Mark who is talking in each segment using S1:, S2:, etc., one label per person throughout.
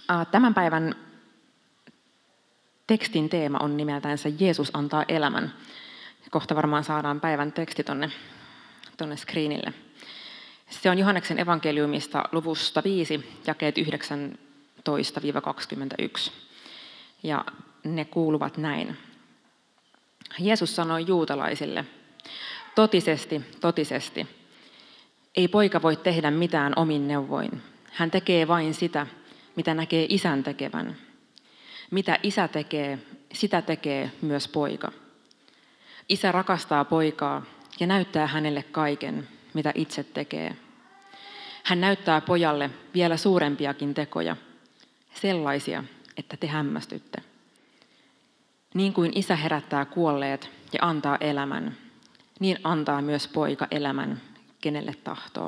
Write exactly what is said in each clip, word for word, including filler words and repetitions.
S1: Tämän päivän tekstin teema on nimeltään se Jeesus antaa elämän. Kohta varmaan saadaan päivän teksti tonne, tonne screenille. Se on Johanneksen evankeliumista luvusta viisi, jakeet yhdeksäntoista kaksikymmentäyksi. Ja ne kuuluvat näin. Jeesus sanoi juutalaisille, totisesti, totisesti, ei poika voi tehdä mitään omin neuvoin. Hän tekee vain sitä, mitä näkee isän tekevän. Mitä isä tekee, sitä tekee myös poika. Isä rakastaa poikaa ja näyttää hänelle kaiken, mitä itse tekee. Hän näyttää pojalle vielä suurempiakin tekoja, sellaisia, että te hämmästytte. Niin kuin isä herättää kuolleet ja antaa elämän, niin antaa myös poika elämän, kenelle tahtoo.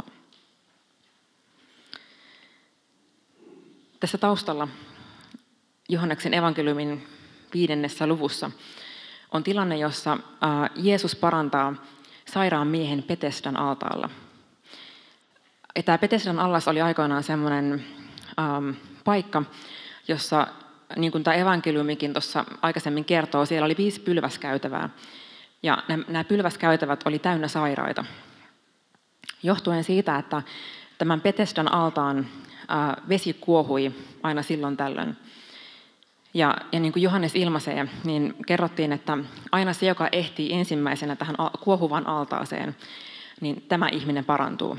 S1: Tässä taustalla Johanneksen evankeliumin viidennessä luvussa on tilanne, jossa Jeesus parantaa sairaan miehen Betesdan altaalla. Ja tämä Betesdan allas oli aikoinaan semmoinen ähm, paikka, jossa, niin kuin tämä evankeliumikin tuossa aikaisemmin kertoo, siellä oli viisi pylväskäytävää. Ja nämä pylväskäytävät oli täynnä sairaita. Johtuen siitä, että tämän Betesdan altaan äh, vesi kuohui aina silloin tällöin. Ja, ja niin kuin Johannes ilmaisee, niin kerrottiin, että aina se, joka ehtii ensimmäisenä tähän kuohuvan altaaseen, niin tämä ihminen parantuu.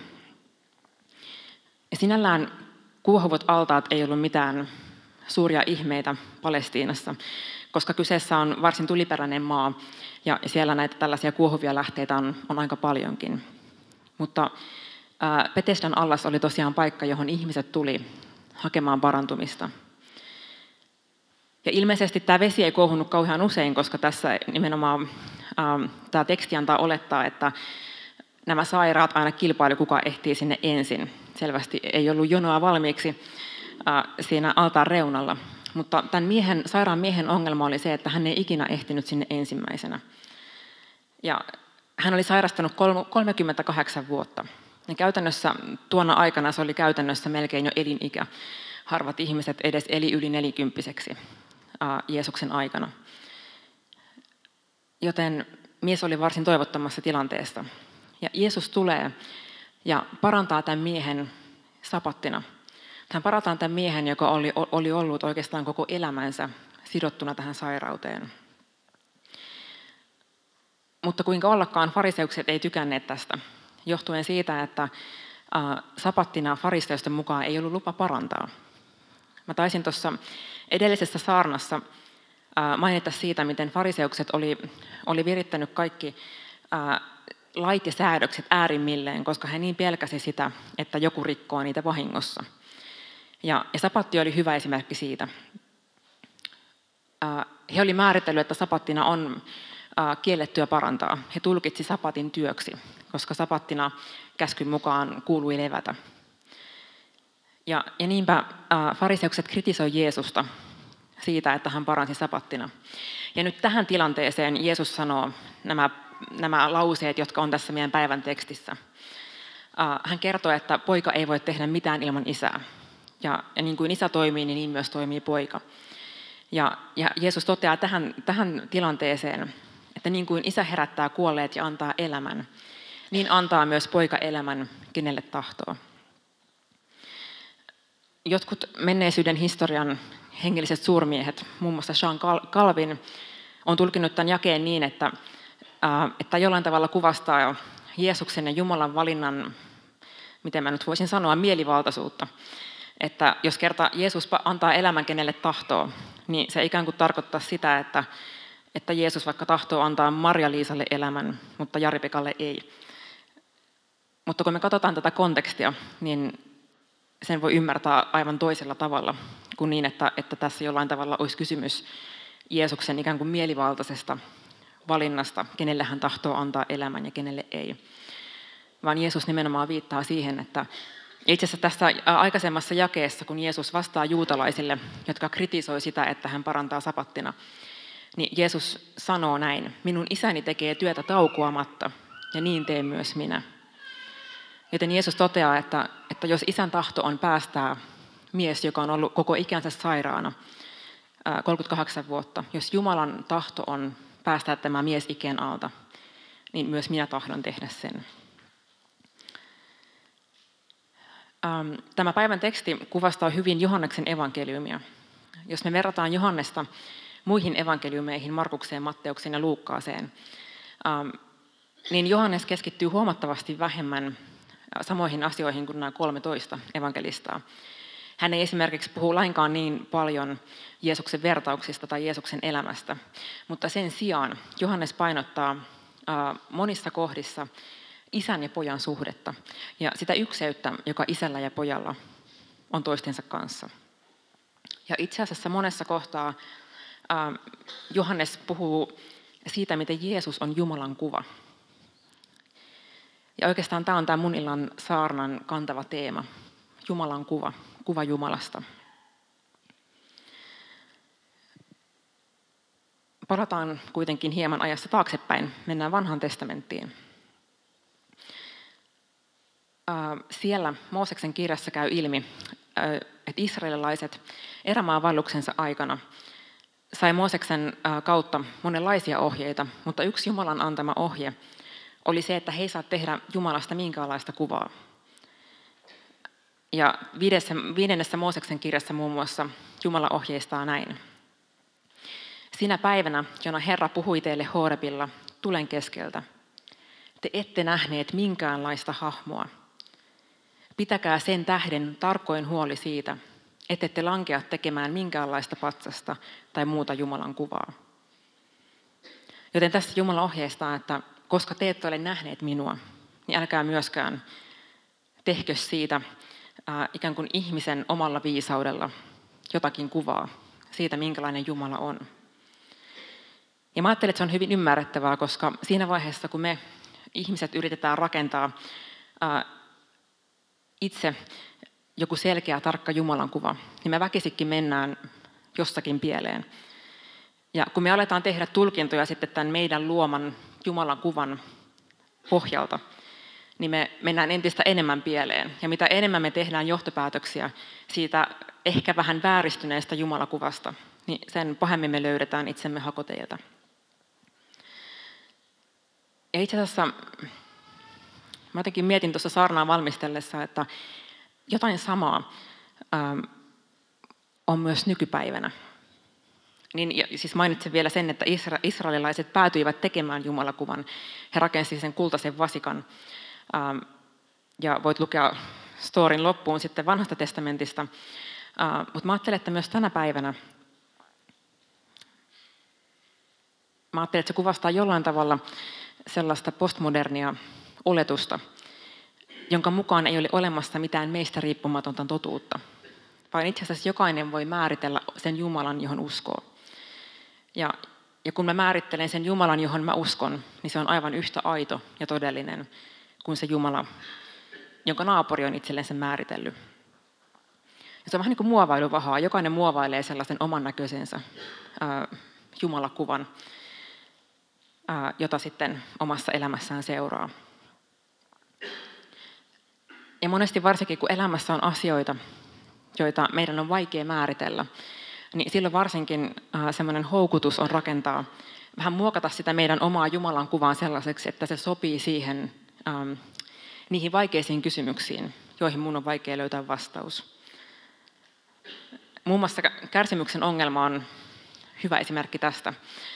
S1: Ja sinällään kuohuvat altaat ei ollut mitään suuria ihmeitä Palestiinassa, koska kyseessä on varsin tuliperäinen maa, ja siellä näitä tällaisia kuohuvia lähteitä on, on aika paljonkin. Mutta ää, Betesdan allas oli tosiaan paikka, johon ihmiset tuli hakemaan parantumista. Ja ilmeisesti tämä vesi ei kuohunut kauhean usein, koska tässä nimenomaan ää, tämä teksti antaa olettaa, että nämä sairaat aina kilpaili, kuka ehtii sinne ensin. Selvästi ei ollut jonoa valmiiksi ää, siinä altaan reunalla. Mutta tämän miehen, sairaan miehen ongelma oli se, että hän ei ikinä ehtinyt sinne ensimmäisenä. Ja hän oli sairastanut kolmekymmentäkahdeksan vuotta. Ja käytännössä tuona aikana se oli käytännössä melkein jo elinikä. Harvat ihmiset edes eli yli nelikymppiseksi ää, Jeesuksen aikana. Joten mies oli varsin toivottomassa tilanteessa. Ja Jeesus tulee ja parantaa tämän miehen sapattina. Hän parantaa tämän miehen, joka oli, oli ollut oikeastaan koko elämänsä sidottuna tähän sairauteen. Mutta kuinka ollakaan fariseukset ei tykänneet tästä, johtuen siitä, että ä, sapattina fariseusten mukaan ei ollut lupa parantaa. Mä taisin tuossa edellisessä saarnassa ä, mainita siitä, miten fariseukset oli, oli virittänyt kaikki ä, lait ja säädökset äärimmilleen, koska he niin pelkäsi sitä, että joku rikkoo niitä vahingossa. Ja, ja sapatti oli hyvä esimerkki siitä. Ä, he oli määritellyt, että sapattina on ä, kiellettyä parantaa. He tulkitsi sapatin työksi, koska sapattina käskyn mukaan kuului levätä. Ja, ja niinpä ä, fariseukset kritisoi Jeesusta siitä, että hän paransi sapattina. Ja nyt tähän tilanteeseen Jeesus sanoo nämä, nämä lauseet, jotka on tässä meidän päivän tekstissä. Ä, hän kertoo, että poika ei voi tehdä mitään ilman isää. Ja, ja niin kuin isä toimii, niin, niin myös toimii poika. Ja, ja Jeesus toteaa tähän, tähän tilanteeseen, että niin kuin isä herättää kuolleet ja antaa elämän, niin antaa myös poika elämän, kenelle tahtoo. Jotkut menneisyyden historian hengelliset suurmiehet, muun muassa Jean Calvin, on tulkinnut tämän jakeen niin, että, että jollain tavalla kuvastaa Jeesuksen ja Jumalan valinnan, miten mä nyt voisin sanoa, mielivaltaisuutta. Että jos kerta Jeesus antaa elämän, kenelle tahtoo, niin se ikään kuin tarkoittaa sitä, että, että Jeesus vaikka tahtoo antaa Marja-Liisalle elämän, mutta Jari-Pekalle ei. Mutta kun me katsotaan tätä kontekstia, niin sen voi ymmärtää aivan toisella tavalla kuin niin, että, että tässä jollain tavalla olisi kysymys Jeesuksen ikään kuin mielivaltaisesta valinnasta, kenelle hän tahtoo antaa elämän ja kenelle ei. Vaan Jeesus nimenomaan viittaa siihen, että itse asiassa tässä aikaisemmassa jakeessa, kun Jeesus vastaa juutalaisille, jotka kritisoi sitä, että hän parantaa sapattina, niin Jeesus sanoo näin, minun isäni tekee työtä taukoamatta ja niin teen myös minä. Joten Jeesus toteaa, että, että jos isän tahto on päästää mies, joka on ollut koko ikänsä sairaana, kolmekymmentäkahdeksan vuotta. Jos Jumalan tahto on päästää tämä mies ikään alta, niin myös minä tahdon tehdä sen. Tämä päivän teksti kuvastaa hyvin Johanneksen evankeliumia. Jos me verrataan Johannesta muihin evankeliumeihin, Markukseen, Matteukseen ja Luukkaaseen, niin Johannes keskittyy huomattavasti vähemmän samoihin asioihin kuin nämä kolmetoista evankelistaa. Hän ei esimerkiksi puhu lainkaan niin paljon Jeesuksen vertauksista tai Jeesuksen elämästä, mutta sen sijaan Johannes painottaa monissa kohdissa isän ja pojan suhdetta ja sitä ykseyttä, joka isällä ja pojalla on toistensa kanssa. Ja itse asiassa monessa kohtaa Johannes puhuu siitä, miten Jeesus on Jumalan kuva. Ja oikeastaan tämä on tämä mun illan saarnan kantava teema, Jumalan kuva, kuva Jumalasta. Palataan kuitenkin hieman ajassa taaksepäin, mennään vanhaan testamenttiin. Siellä Mooseksen kirjassa käy ilmi, että israelilaiset erämaanvaelluksensa aikana sai Mooseksen kautta monenlaisia ohjeita, mutta yksi Jumalan antama ohje oli se, että he ei saa tehdä Jumalasta minkäänlaista kuvaa. Ja viidessä, viidennessä Mooseksen kirjassa muun muassa Jumala ohjeistaa näin. Sinä päivänä, jona Herra puhui teille Horebilla, tulen keskeltä, te ette nähneet minkäänlaista hahmoa. Pitäkää sen tähden tarkoin huoli siitä, ettette lankea tekemään minkäänlaista patsasta tai muuta Jumalan kuvaa. Joten tässä Jumala ohjeistaa, että koska te ette ole nähneet minua, niin älkää myöskään tehkö siitä äh, ikään kuin ihmisen omalla viisaudella jotakin kuvaa siitä, minkälainen Jumala on. Ja mä ajattelen, että se on hyvin ymmärrettävää, koska siinä vaiheessa, kun me ihmiset yritetään rakentaa äh, itse joku selkeä, tarkka Jumalan kuva, niin me väkisikin mennään jossakin pieleen. Ja kun me aletaan tehdä tulkintoja sitten tämän meidän luoman Jumalan kuvan pohjalta, niin me mennään entistä enemmän pieleen. Ja mitä enemmän me tehdään johtopäätöksiä siitä ehkä vähän vääristyneestä Jumalakuvasta, niin sen pahemmin me löydetään itsemme hakoteilta. Ja itse asiassa mä jotenkin mietin tuossa saarnaa valmistellessa, että jotain samaa ähm, on myös nykypäivänä. Niin, ja siis mainitsen vielä sen, että isra- israelilaiset päätyivät tekemään Jumalakuvan. He rakensivat sen kultaisen vasikan. Ähm, ja voit lukea storin loppuun sitten vanhasta testamentista. Äh, mutta mä ajattelen, että myös tänä päivänä, mä ajattelen, että se kuvastaa jollain tavalla sellaista postmodernia oletusta, jonka mukaan ei ole olemassa mitään meistä riippumatonta totuutta, vaan itse asiassa jokainen voi määritellä sen Jumalan, johon uskoo. Ja, ja kun mä määrittelen sen Jumalan, johon mä uskon, niin se on aivan yhtä aito ja todellinen kuin se Jumala, jonka naapuri on itsellensä määritellyt. Ja se on vähän niin kuin muovailuvahaa. Jokainen muovailee sellaisen oman näköisensä ää, Jumalakuvan, ää, jota sitten omassa elämässään seuraa. Ja monesti varsinkin, kun elämässä on asioita, joita meidän on vaikea määritellä, niin silloin varsinkin äh, semmoinen houkutus on rakentaa, vähän muokata sitä meidän omaa Jumalan kuvaa sellaiseksi, että se sopii siihen, ähm, niihin vaikeisiin kysymyksiin, joihin mun on vaikea löytää vastaus. Muun muassa kärsimyksen ongelma on hyvä esimerkki tästä.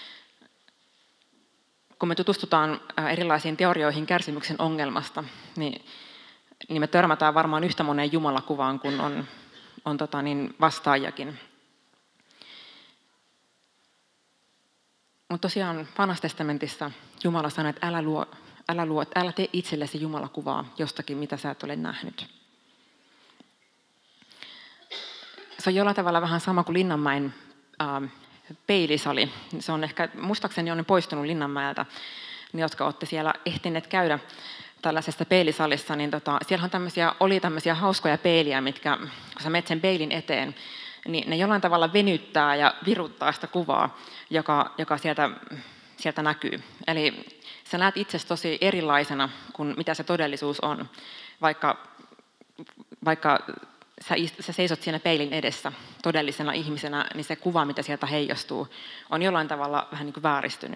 S1: Kun me tutustutaan äh, erilaisiin teorioihin kärsimyksen ongelmasta, niin niin me törmätään varmaan yhtä moneen Jumalakuvaan, kun on, on tota niin, vastaajakin. Mutta tosiaan Vanhassa testamentissa Jumala sanoi, että älä luo, älä luo, että älä tee itsellesi Jumalakuvaa jostakin, mitä sä et ole nähnyt. Se on jollain tavalla vähän sama kuin Linnanmäen äh, peilisali. Se on ehkä, muistaakseni on poistunut Linnanmäeltä, ne, jotka olette siellä ehtineet käydä tällaisessa peilisalissa, niin tota, siellä on tämmöisiä, oli tämmöisiä hauskoja peiliä, mitkä, kun sä menet sen peilin eteen, niin ne jollain tavalla venyttää ja viruttaa sitä kuvaa, joka, joka sieltä, sieltä näkyy. Eli sä näet itsesi tosi erilaisena kuin mitä se todellisuus on, vaikka, vaikka sä, sä seisot siinä peilin edessä todellisena ihmisenä, niin se kuva, mitä sieltä heijastuu, on jollain tavalla vähän niin kuin vääristynyt.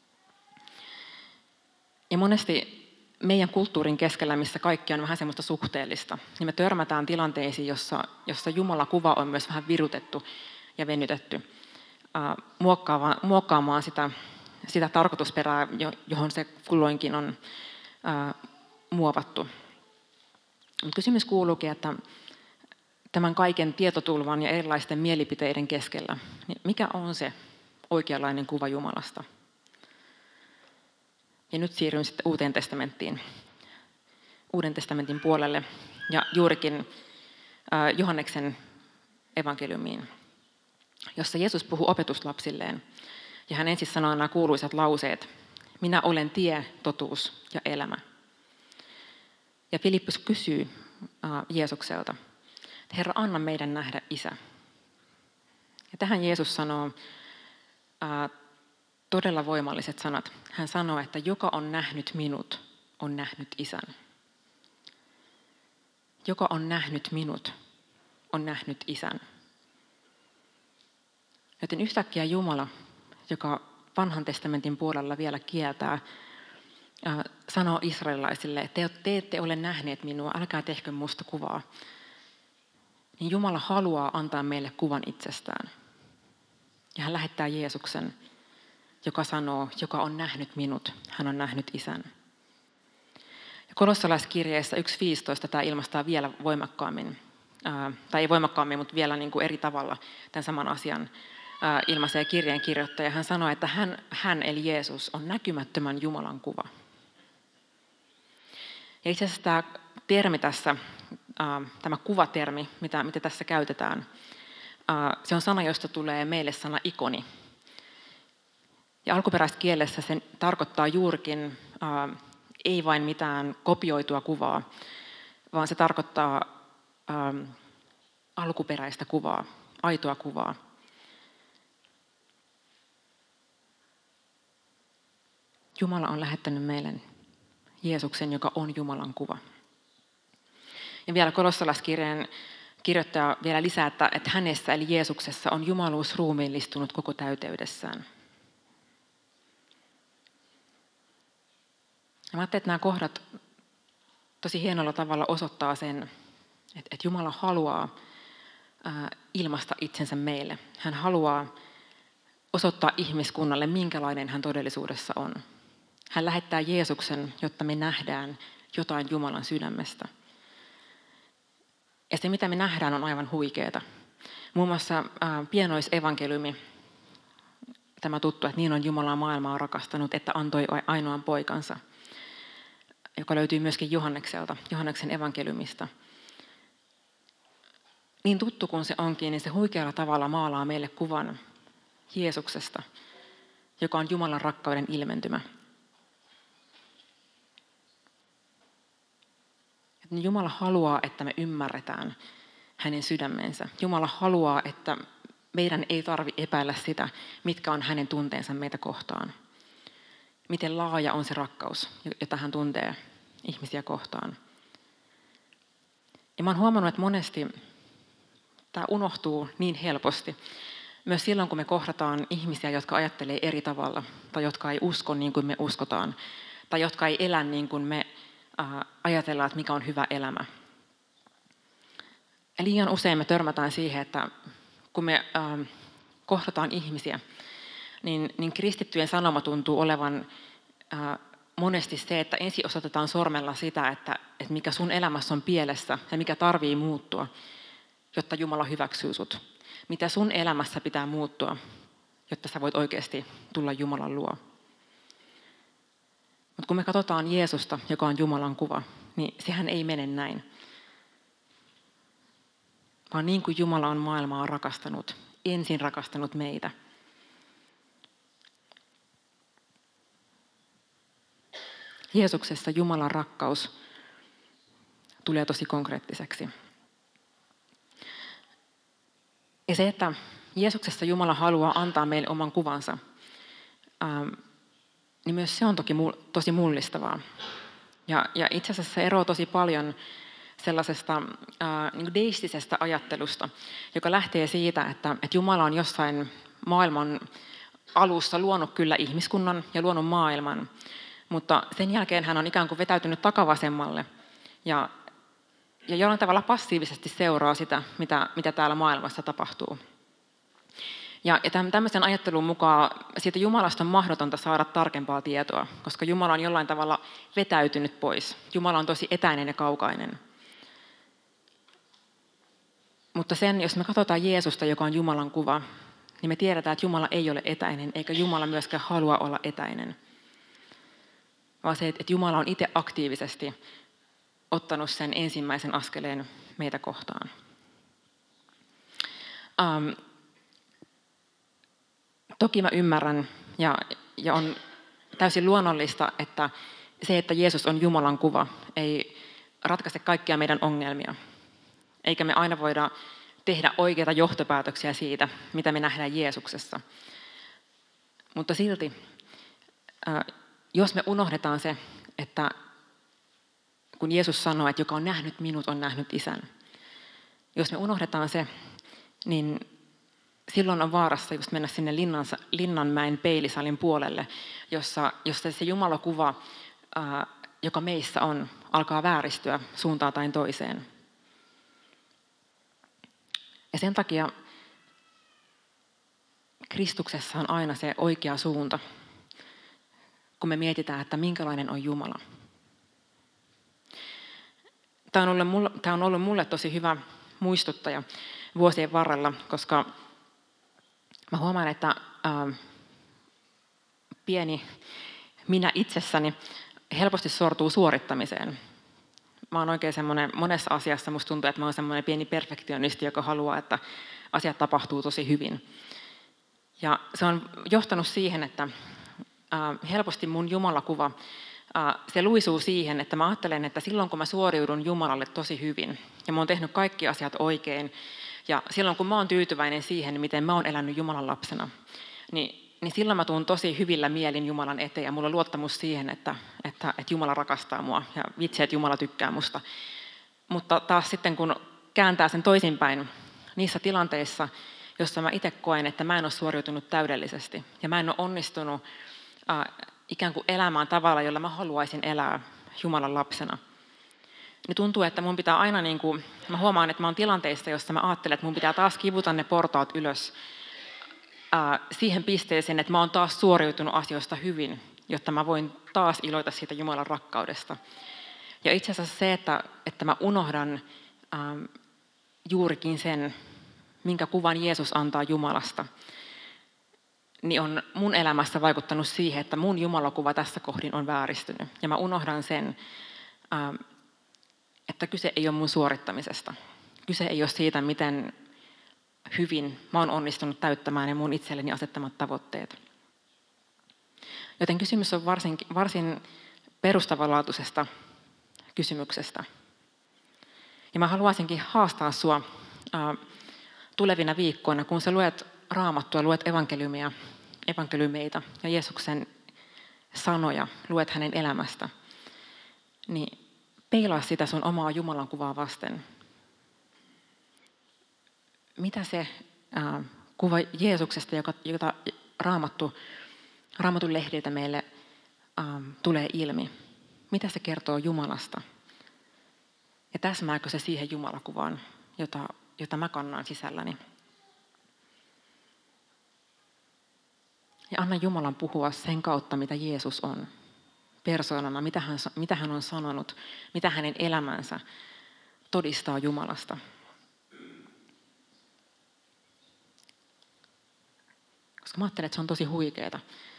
S1: Ja monesti meidän kulttuurin keskellä, missä kaikki on vähän semmoista suhteellista, niin me törmätään tilanteisiin, jossa, jossa Jumalan kuva on myös vähän virutettu ja venytetty, äh, muokkaamaan, muokkaamaan sitä, sitä tarkoitusperää, johon se kulloinkin on äh, muovattu. Mutta kysymys kuuluukin, että tämän kaiken tietotulvan ja erilaisten mielipiteiden keskellä, niin mikä on se oikeanlainen kuva Jumalasta? Ja nyt siirryn sitten Uuteen testamenttiin, Uuden testamentin puolelle ja juurikin Johanneksen evankeliumiin, jossa Jeesus puhuu opetuslapsilleen. Ja hän ensin sanoo nämä kuuluisat lauseet, minä olen tie, totuus ja elämä. Ja Filippus kysyy Jeesukselta, Herra, anna meidän nähdä Isä. Ja tähän Jeesus sanoo todella voimalliset sanat. Hän sanoo, että joka on nähnyt minut, on nähnyt Isän. Joka on nähnyt minut, on nähnyt Isän. Joten yhtäkkiä Jumala, joka vanhan testamentin puolella vielä kieltää, sanoo israelilaisille, että te ette ole nähneet minua, älkää tehkö musta kuvaa. Niin Jumala haluaa antaa meille kuvan itsestään. Ja hän lähettää Jeesuksen, joka sanoo, joka on nähnyt minut, hän on nähnyt Isän. Ja kolossalaiskirjeessä yksi viisitoista tämä ilmaistaa vielä voimakkaammin, ää, tai ei voimakkaammin, mutta vielä niin kuin eri tavalla tämän saman asian ää, ilmaisee kirjeen kirjoittaja. Hän sanoo, että hän, hän eli Jeesus on näkymättömän Jumalan kuva. Ja itse asiassa tämä termi tässä, ää, tämä kuvatermi, mitä, mitä tässä käytetään, ää, se on sana, josta tulee meille sana ikoni. Ja alkuperäiskielessä se tarkoittaa juurikin ää, ei vain mitään kopioitua kuvaa, vaan se tarkoittaa ää, alkuperäistä kuvaa, aitoa kuvaa. Jumala on lähettänyt meille Jeesuksen, joka on Jumalan kuva. Ja vielä kolossalaiskirjeen kirjoittaja vielä lisää, että, että hänessä eli Jeesuksessa on jumaluus ruumiillistunut koko täyteydessään. Ja mä ajattelin, että nämä kohdat tosi hienolla tavalla osoittaa sen, että Jumala haluaa ilmaista itsensä meille. Hän haluaa osoittaa ihmiskunnalle, minkälainen hän todellisuudessa on. Hän lähettää Jeesuksen, jotta me nähdään jotain Jumalan sydämestä. Ja se, mitä me nähdään, on aivan huikeaa. Muun muassa pienoisevankeliumi, tämä tuttu, että niin on Jumala maailmaa rakastanut, että antoi ainoan poikansa, joka löytyy myöskin Johannekselta, Johanneksen evankeliumista. Niin tuttu kuin se onkin, niin se huikealla tavalla maalaa meille kuvan Jeesuksesta, joka on Jumalan rakkauden ilmentymä. Jumala haluaa, että me ymmärretään hänen sydämensä. Jumala haluaa, että meidän ei tarvitse epäillä sitä, mitkä on hänen tunteensa meitä kohtaan. Miten laaja on se rakkaus, jota hän tuntee ihmisiä kohtaan. Ja mä oon huomannut, että monesti tämä unohtuu niin helposti. Myös silloin, kun me kohdataan ihmisiä, jotka ajattelee eri tavalla, tai jotka ei usko niin kuin me uskotaan, tai jotka ei elä niin kuin me ajatellaan, että mikä on hyvä elämä. Ja liian usein me törmätään siihen, että kun me äh, kohdataan ihmisiä, niin, niin kristittyjen sanoma tuntuu olevan äh, monesti se, että ensin osoitetaan sormella sitä, että, että mikä sun elämässä on pielessä ja mikä tarvii muuttua, jotta Jumala hyväksyy sut. Mitä sun elämässä pitää muuttua, jotta sä voit oikeasti tulla Jumalan luo. Mutta kun me katsotaan Jeesusta, joka on Jumalan kuva, niin sehän ei mene näin. Vaan niin kuin Jumala on maailmaa rakastanut, ensin rakastanut meitä. Jeesuksessa Jumalan rakkaus tulee tosi konkreettiseksi. Ja se, että Jeesuksessa Jumala haluaa antaa meille oman kuvansa, ähm, niin myös se on toki tosi mullistavaa. Ja, ja itse asiassa se eroaa tosi paljon sellaisesta ää, niin kuin deistisestä ajattelusta, joka lähtee siitä, että, että Jumala on jossain maailman alussa luonut kyllä ihmiskunnan ja luonut maailman, mutta sen jälkeen hän on ikään kuin vetäytynyt takavasemmalle ja, ja jollain tavalla passiivisesti seuraa sitä, mitä, mitä täällä maailmassa tapahtuu. Ja, ja tämmöisen ajattelun mukaan siitä Jumalasta on mahdotonta saada tarkempaa tietoa, koska Jumala on jollain tavalla vetäytynyt pois. Jumala on tosi etäinen ja kaukainen. Mutta sen, jos me katsotaan Jeesusta, joka on Jumalan kuva, niin me tiedetään, että Jumala ei ole etäinen, eikä Jumala myöskään halua olla etäinen. Vaan se, että Jumala on itse aktiivisesti ottanut sen ensimmäisen askeleen meitä kohtaan. Um, toki mä ymmärrän, ja, ja on täysin luonnollista, että se, että Jeesus on Jumalan kuva, ei ratkaise kaikkia meidän ongelmia. Eikä me aina voida tehdä oikeita johtopäätöksiä siitä, mitä me nähdään Jeesuksessa. Mutta silti, jos me unohdetaan se, että kun Jeesus sanoo, että joka on nähnyt minut, on nähnyt Isän. Jos me unohdetaan se, niin silloin on vaarassa just mennä sinne linnansa, Linnanmäen peilisalin puolelle, jossa, jossa se Jumalakuva, ää, joka meissä on, alkaa vääristyä suuntaan tai toiseen. Ja sen takia Kristuksessa on aina se oikea suunta, kun me mietitään, että minkälainen on Jumala. Tämä on ollut mulle, tämä on ollut mulle tosi hyvä muistuttaja vuosien varrella, koska mä huomaan, että ää, pieni minä itsessäni helposti sortuu suorittamiseen. Mä oon oikein semmoinen, monessa asiassa musta tuntuu, että mä oon semmoinen pieni perfektionisti, joka haluaa, että asiat tapahtuu tosi hyvin. Ja se on johtanut siihen, että ää, helposti mun Jumalakuva, ää, se luisuu siihen, että mä ajattelen, että silloin kun mä suoriudun Jumalalle tosi hyvin, ja mä oon tehnyt kaikki asiat oikein, ja silloin kun mä oon tyytyväinen siihen, miten mä oon elänyt Jumalan lapsena, niin, niin silloin mä tuun tosi hyvillä mielin Jumalan eteen, ja mulla on luottamus siihen, että, että, että Jumala rakastaa mua, ja vitsi, että Jumala tykkää musta. Mutta taas sitten, kun kääntää sen toisinpäin, niissä tilanteissa, jossa mä itse koen, että mä en ole suoriutunut täydellisesti, ja mä en ole onnistunut äh, ikään kuin elämään tavalla, jolla mä haluaisin elää Jumalan lapsena, niin tuntuu, että mun pitää aina, niin kuin, mä huomaan, että mä oon tilanteissa, jossa mä ajattelen, että mun pitää taas kivuta ne portaat ylös ää, siihen pisteeseen, että mä oon taas suoriutunut asioista hyvin, jotta mä voin taas iloita siitä Jumalan rakkaudesta. Ja itse asiassa se, että, että mä unohdan ää, juurikin sen, minkä kuvan Jeesus antaa Jumalasta, niin on mun elämässä vaikuttanut siihen, että mun Jumalakuva tässä kohdin on vääristynyt. Ja mä unohdan sen, ää, että kyse ei ole mun suorittamisesta. Kyse ei ole siitä, miten hyvin mä oon onnistunut täyttämään ne mun itselleni asettamat tavoitteet. Joten kysymys on varsin, varsin perustavanlaatuisesta kysymyksestä. Ja mä haluaisinkin haastaa sua ää, tulevina viikkoina, kun sä luet Raamattua, luet evankeliumia, evankeliumeita ja Jeesuksen sanoja, luet hänen elämästä, niin peilaa sitä sun omaa Jumalan kuvaa vasten. Mitä se ää, kuva Jeesuksesta, joka, jota Raamattu, Raamatun lehdiltä meille ää, tulee ilmi, mitä se kertoo Jumalasta? Ja täsmääkö se siihen Jumalakuvaan, jota, jota mä kannan sisälläni? Ja anna Jumalan puhua sen kautta, mitä Jeesus on. Persoonana, mitä hän, mitä hän on sanonut, mitä hänen elämänsä todistaa Jumalasta. Koska mä ajattelen, että se on tosi huikeeta.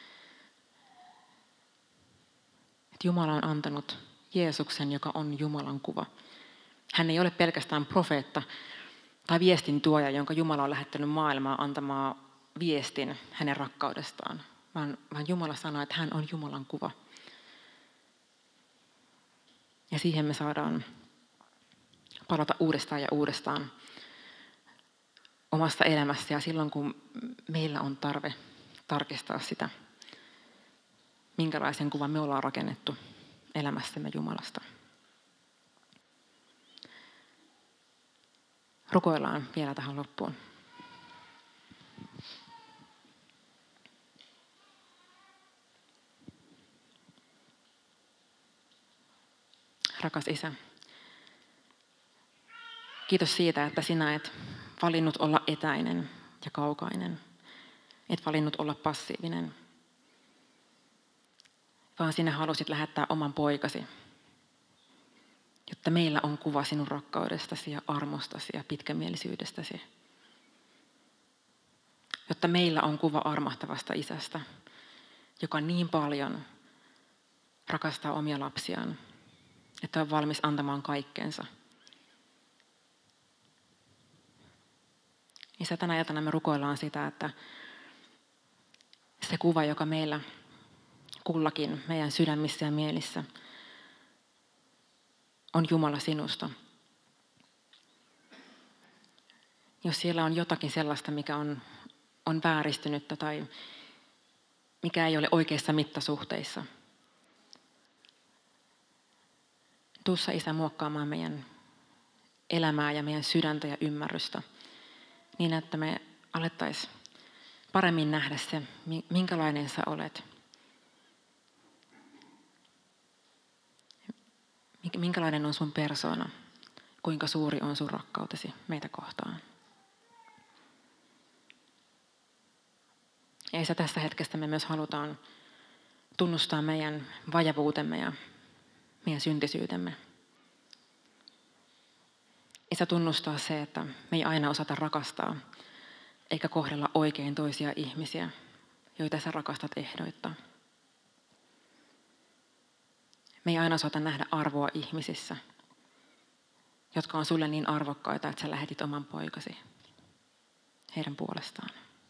S1: Että Jumala on antanut Jeesuksen, joka on Jumalan kuva. Hän ei ole pelkästään profeetta tai viestin tuoja, jonka Jumala on lähettänyt maailmaan antamaan viestin hänen rakkaudestaan. Vaan, vaan Jumala sanoo, että hän on Jumalan kuva. Ja siihen me saadaan palata uudestaan ja uudestaan omassa elämässä ja silloin, kun meillä on tarve tarkistaa sitä, minkälaisen kuvan me ollaan rakennettu elämässämme Jumalasta. Rukoillaan vielä tähän loppuun. Rakas Isä, kiitos siitä, että sinä et valinnut olla etäinen ja kaukainen. Et valinnut olla passiivinen, vaan sinä halusit lähettää oman poikasi, jotta meillä on kuva sinun rakkaudestasi ja armostasi ja pitkämielisyydestäsi. Jotta meillä on kuva armahtavasta isästä, joka niin paljon rakastaa omia lapsiaan, että on valmis antamaan kaikkensa. Isä, tänä iltana me rukoillaan sitä, että se kuva, joka meillä kullakin meidän sydämissä ja mielissä on Jumala sinusta. Jos siellä on jotakin sellaista, mikä on, on vääristynyttä tai mikä ei ole oikeissa mittasuhteissa, tuussa Isä muokkaamaan meidän elämää ja meidän sydäntä ja ymmärrystä, niin että me alettaisiin paremmin nähdä se, minkälainen sä olet. Minkälainen on sun persoona, kuinka suuri on sun rakkautesi meitä kohtaan. Ja Isä, tässä hetkessä me myös halutaan tunnustaa meidän vajavuutemme ja meidän syntisyytemme. Isä, tunnustaa se, että me ei aina osata rakastaa, eikä kohdella oikein toisia ihmisiä, joita sä rakastat ehdoitta. Me ei aina osata nähdä arvoa ihmisissä, jotka on sulle niin arvokkaita, että sä lähetit oman poikasi heidän puolestaan.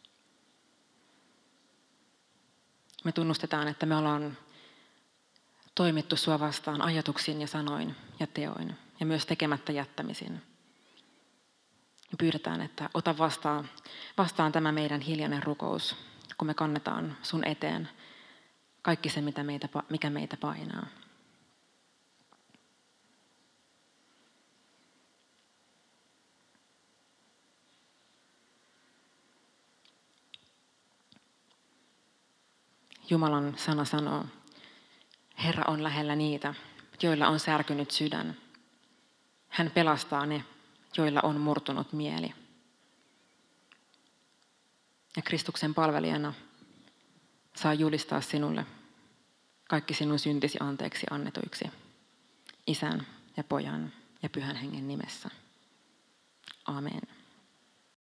S1: Me tunnustetaan, että me ollaan toimittu sua vastaan ajatuksin ja sanoin ja teoin ja myös tekemättä jättämisin. Ja pyydetään, että ota vastaan, vastaan tämä meidän hiljainen rukous, kun me kannetaan sun eteen kaikki se, mitä meitä, mikä meitä painaa. Jumalan sana sanoo, Herra on lähellä niitä, joilla on särkynyt sydän. Hän pelastaa ne, joilla on murtunut mieli. Ja Kristuksen palvelijana saa julistaa sinulle kaikki sinun syntisi anteeksi annetuiksi. Isän ja Pojan ja Pyhän Hengen nimessä. Amen.